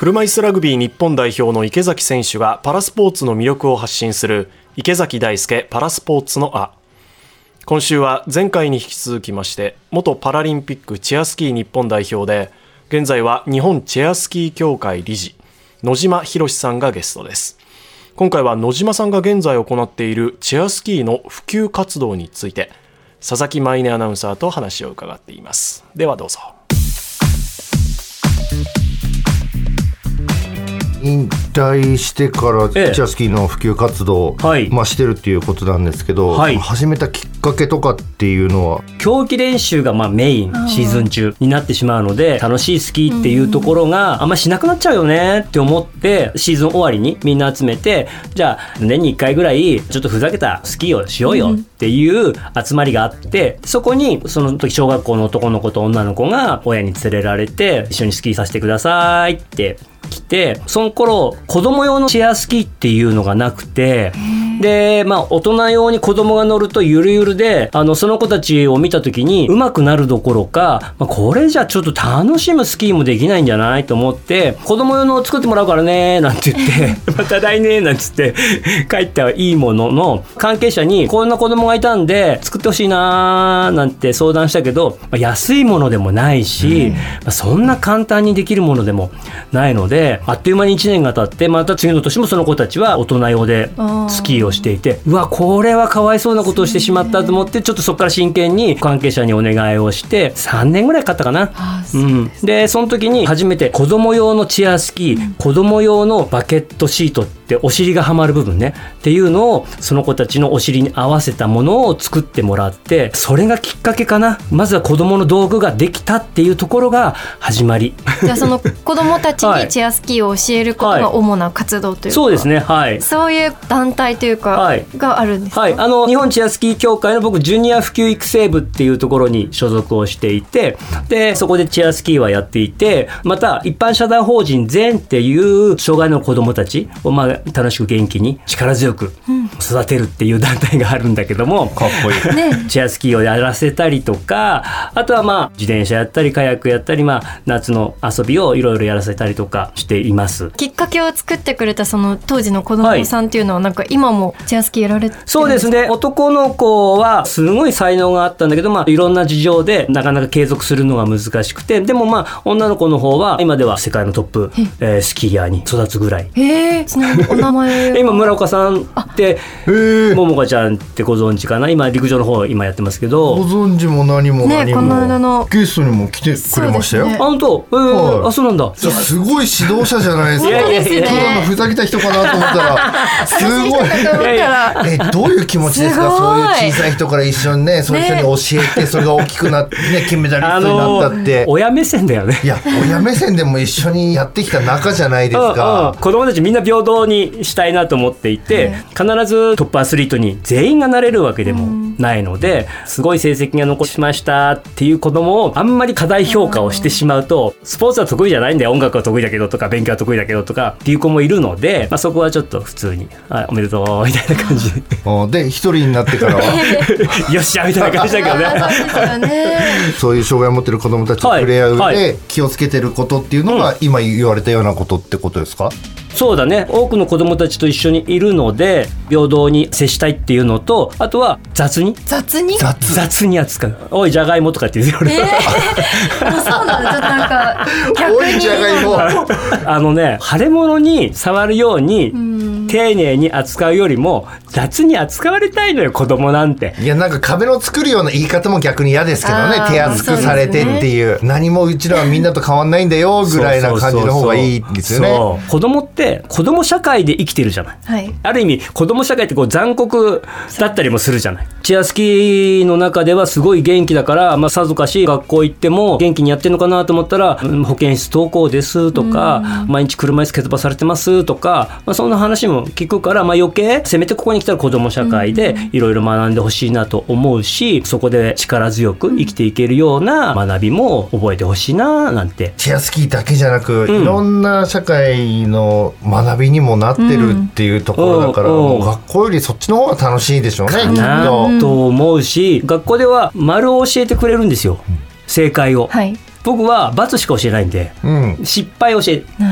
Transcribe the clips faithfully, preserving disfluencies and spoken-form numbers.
車椅子ラグビー日本代表の池崎選手がパラスポーツの魅力を発信する池崎大輔パラスポーツのあ。今週は前回に引き続きまして元パラリンピックチェアスキー日本代表で現在は日本チェアスキー協会理事野島博さんがゲストです。今回は野島さんが現在行っているチェアスキーの普及活動について佐々木舞音アナウンサーと話を伺っています。ではどうぞ。 引退してからチェアスキーの普及活動、 はい、 まあ、してるっていうことなんですけど、 はい、 始めたきっかけとかっていうのは競技練習がまあメインシーズン中になってしまうので楽しいスキーっていうところがあんましなくなっちゃうよねって思ってシーズン終わりにみんな集めてじゃあ年にいっかいぐらいちょっとふざけたスキーをしようよっていう集まりがあってそこにその時小学校の男の子と女の子が親に連れられて一緒にスキーさせてくださいって来てその頃子供用のチェアスキーっていうのがなくてでまあ大人用に子供が乗るとゆるゆるであのその子たちを見た時に上手くなるどころか、まあ、これじゃちょっと楽しむスキーもできないんじゃないと思って子供用のを作ってもらうからねなんて言ってまた来年なんつって帰ってはいいものの関係者にこんな子供がいたんで作ってほしいななんて相談したけど、まあ、安いものでもないし、うんまあ、そんな簡単にできるものでもないのであっという間にいちねんが経ってまた次の年もその子たちは大人用でスキーをしていてうわこれはかわいそうなことをしてしまったと思ってちょっとそこから真剣に関係者にお願いをしてさんねんぐらいかかったかな、うん、でその時に初めて子供用のチェアスキー、うん、子供用のバケットシートってお尻がはまる部分ねっていうのをその子たちのお尻に合わせたものを作ってもらってそれがきっかけかな。まずは子供の道具ができたっていうところが始まりじゃあその子供たちにチェアスキーを教えることが主な活動というか、 はい、そうですね、はい、 そういう団体というか、はい、があるんですか。 はい、あの日本チェアスキー協会の僕ジュニア普及育成部っていうところに所属をしていてでそこでチェアスキーはやっていてまた一般社団法人ゼンっていう障害の子どもたちを、まあ、楽しく元気に力強く育てるっていう団体があるんだけども、うん、 かっこいい、 ね、 チェアスキーをやらせたりとかあとはまあ自転車やったりカヤックやったり、まあ、夏の遊びをいろいろやらせたりとかしています。 きっかけを作ってくれたその当時の子供さんっていうのはなんか今もチェアスキーやられてるんですか。 そうですね男の子はすごい才能があったんだけど、まあ、いろんな事情でなかなか継続するのが難しくてでもまあ女の子の方は今では世界のトップ、えー、スキーヤーに育つぐらい。 へーちなみにお名前今村岡さんってももかちゃんってご存知かな。今陸上の方今やってますけどご存知も何も何も、 ね、この間のゲストにも来てくれましたよ。 あ本当、えーはい、あそうなんだ。 すごい指導者じゃないですか。いやいやいやただのふざけた人かなと思ったらすごいえどういう気持ちですか。そういう小さい人から一緒にねそういう人に教えて、ね、それが大きくなって、ね、金メダリストになったって、 あのー、親目線だよね。 いや親目線でも一緒にやってきた仲じゃないですか。 うんうん、子供たちみんな平等にしたいなと思っていて、必ずトップアスリートに全員がなれるわけでもないので、すごい成績が残しましたっていう子供をあんまり過大評価をしてしまうとスポーツは得意じゃないんだよ音楽は得意だけどとか勉強は得意だけどとかっていう子もいるので、まあ、そこはちょっと普通にあおめでとうみたいな感じで一人になってからはよっしゃみたいな感じだけどねそういう障害を持ってる子どもたちと触れ合うで気をつけてることっていうのが今言われたようなことってことですか。 そうだね多くの子どもたちと一緒にいるので平等に接したいっていうのとあとは雑に雑に雑, 雑に扱うおいじゃがいもとかって言うよ、えー、そうなんだちょっとなんか逆においじゃがいもあのね腫れ物に触るように丁寧に扱うよりも雑に扱われたいのよ子供なんて。 いやなんか壁の作るような言い方も逆に嫌ですけどね手厚くされてっていう、ね、何もうちらはみんなと変わんないんだよぐらいな感じの方がいいですよね。 そうそうそうそう子供って子供社会で生きてるじゃない、はい、ある意味子供社会ってこう残酷だったりもするじゃない。チェアスキーの中ではすごい元気だから、まあ、さぞかし学校行っても元気にやってるのかなと思ったら、うん、保健室登校ですとか毎日車椅子蹴飛ばされてますとか、まあ、そんな話も聞くから、まあ、余計せめてここに来たら子供社会でいろいろ学んでほしいなと思うしそこで力強く生きていけるような学びも覚えてほしいななんて。 チェアスキーだけじゃなく、うん、いろんな社会の学びにもなってるっていうところだから、うん、もう学校よりそっちの方が楽しいでしょうねかなと思うし学校では丸を教えてくれるんですよ、うん、正解を、はい、僕は×しか教えないんで、うん、失敗を教える。 なるほど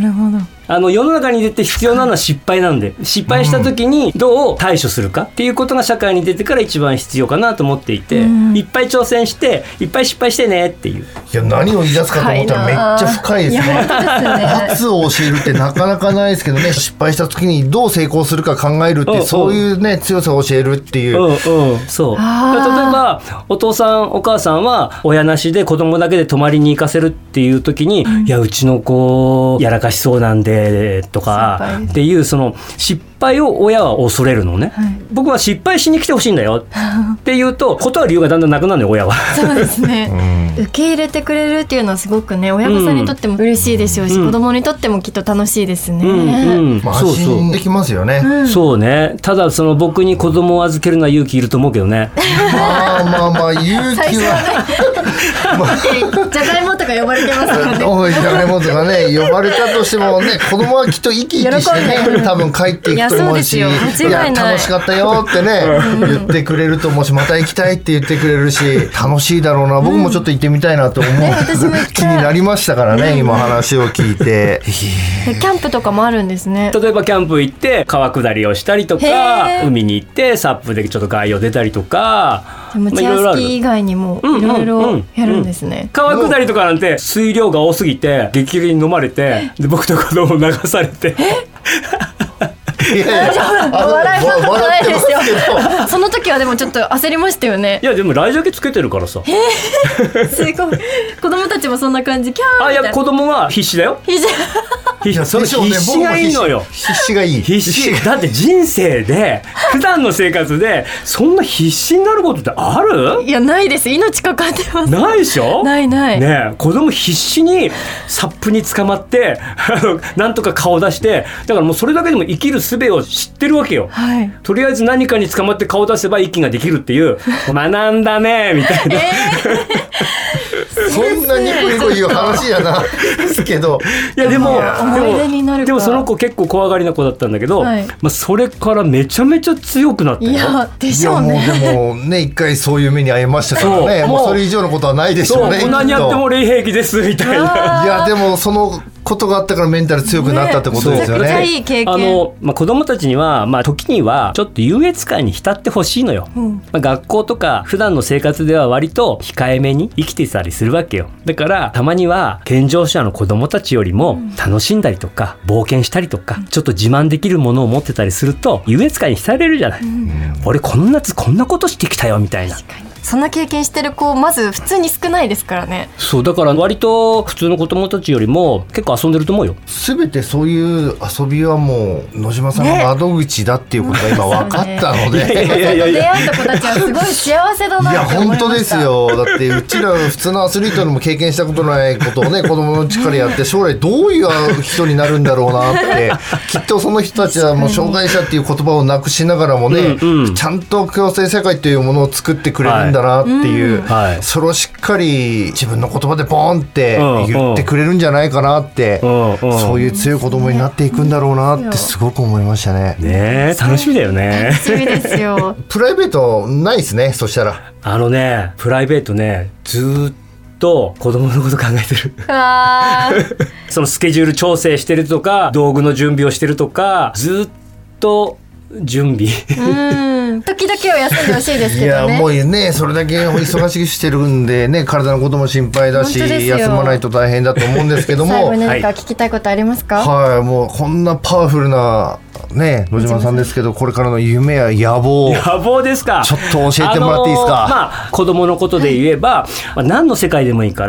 るほど。 あの世の中に出て必要なのは失敗なんで、失敗した時にどう対処するかっていうことが社会に出てから一番必要かなと思っていて、うん、いっぱい挑戦していっぱい失敗してねっていう。 いや何を言い出すかと思ったらめっちゃ深いですね。罰を教えるってなかなかないですけどね、失敗した時にどう成功するか考えるって、うん、そういうね強さを教えるっていう、うんうん、 そう。例えばお父さんお母さんは親なしで子供だけで泊まりに行かせるっていう時に、うん、いやうちの子やらかしそうなんでとかっていうその失敗を親は恐れるのね、はい、僕は失敗しに来てほしいんだよって言うと断る理由がだんだんなくなるのよ親は。 そうですね、うん、受け入れてくれるっていうのはすごくね親御さんにとっても嬉しいでしょうし、うん、子供にとってもきっと楽しいですね、うんうんまあ、安心できますよね、 うん、そうね。ただその僕に子供を預けるのは勇気いると思うけどね。 まあまあまあ勇気はじゃがいもとか呼ばれてますからね。 おいじゃがいもとかね呼ばれたとしてもね子供はきっと生き生きしてね多分帰っていくと思うし、いや楽しかったよってね言ってくれると思うし、また行きたいって言ってくれるし楽しいだろうな、僕もちょっと行ってみたいなと思う、うん、気になりましたからね、うん、今話を聞いて。 キャンプとかもあるんですね。 例えばキャンプ行って川下りをしたりとか、海に行ってサップでちょっと外洋出たりとか、 でもチェアスキー以外にもいろいろやるんですね。 川下りとかなんて水量が多すぎて激流に飲まれて、で僕と子供流されていやいや笑い事もないですよ。その時はでもちょっと焦りましたよね。 いやでもライジャケつけてるからさ、 えー、すごい。子供たちもそんな感じキャーみたいな。 あいや子供は必死だよ。 必死必死、その必死がいいのよ。 必死がいい。 必死だって人生で普段の生活でそんな必死になることってある？ いやないです。命かかってます。 ないでしょ。 ないない。 ね子供必死にサップに捕まってあのなんとか顔出して、だからもうそれだけでも生きる術を知ってるわけよ、はい、とりあえず何かに捕まって顔出せば息ができるっていう学んだねみたいな、えー、そんなニコニコ言う話やなですけど、 いやでもでもでもその子結構怖がりな子だったんだけど、はい、まあ、それからめちゃめちゃ強くなったよ。 いやでしょうね。 いやもうでもね一回そういう目に遭いましたからね、もうそれ以上のことはないでしょうね。 そう何やっても冷兵器ですみたいな。 いやでもそのことがあったからメンタル強くなったってことですよね。 めちゃくちゃいい経験。 あの、まあ、子供たちには、まあ、時にはちょっと優越感に浸ってほしいのよ、うん、まあ、学校とか普段の生活では割と控えめに生きてたりするわけよ。だからたまには健常者の子供たちよりも楽しんだりとか冒険したりとか、うん、ちょっと自慢できるものを持ってたりすると優越感に浸れるじゃない、うん、俺この夏こんなことしてきたよみたいな。 確かにそんな経験してる子まず普通に少ないですからね。 そうだから割と普通の子供たちよりも結構遊んでると思うよ。 全てそういう遊びはもう野島さんの窓口だっていうことが今分かったので、 ね、いやいやいやいや出会った子たちはすごい幸せだなって思いました。いや本当ですよ。だってうちら普通のアスリートでも経験したことないことをね子供のうちからやって将来どういう人になるんだろうなってきっとその人たちはもう障害者っていう言葉をなくしながらもね、うんうん、ちゃんと共生社会というものを作ってくれるんだなっていう、はい、うん、それをしっかり自分の言葉でボンって言ってくれるんじゃないかなって、うんうん、そういう強い子供になっていくんだろうなってすごく思いましたね。 ねえ楽しみだよね。 楽しみですよ。 プライベートないですね。そしたらあのねプライベートねずっと子供のこと考えてる。あそのスケジュール調整してるとか道具の準備をしてるとかずっと準備うん時々は休んでほしいですけどね。 いやもうねそれだけ忙しくしてるんでね体のことも心配だし休まないと大変だと思うんですけども、 最後に何か聞きたいことありますか？ はい、はい、もうこんなパワフルなね野島さんですけどこれからの夢や野望野望ですか。 ちょっと教えてもらっていいですか？ あのー、まあ子供のことで言えば、まあ、何の世界でもいいから、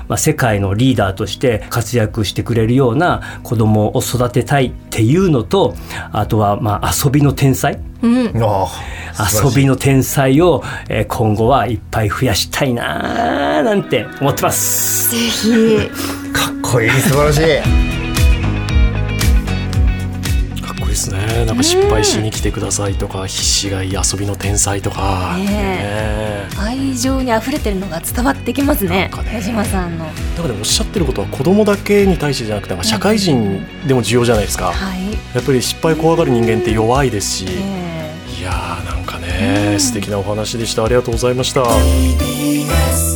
まあ、世界のリーダーとして活躍してくれるような子供を育てたいっていうのと、あとはまあ遊びの天才、うん、遊びの天才を、えー、今後はいっぱい増やしたいななんて思ってます。 ぜひかっこいい素晴らしいですね。なんか失敗しに来てくださいとか、うん、必死がいい遊びの天才とか、ねね、愛情にあふれてるのが伝わってきますね。矢島さんのだからおっしゃってることは子供だけに対してじゃなくて社会人でも重要じゃないですか、うん、はい、やっぱり失敗怖がる人間って弱いですし、ね、いやーなんかね、うん、素敵なお話でした。ありがとうございました。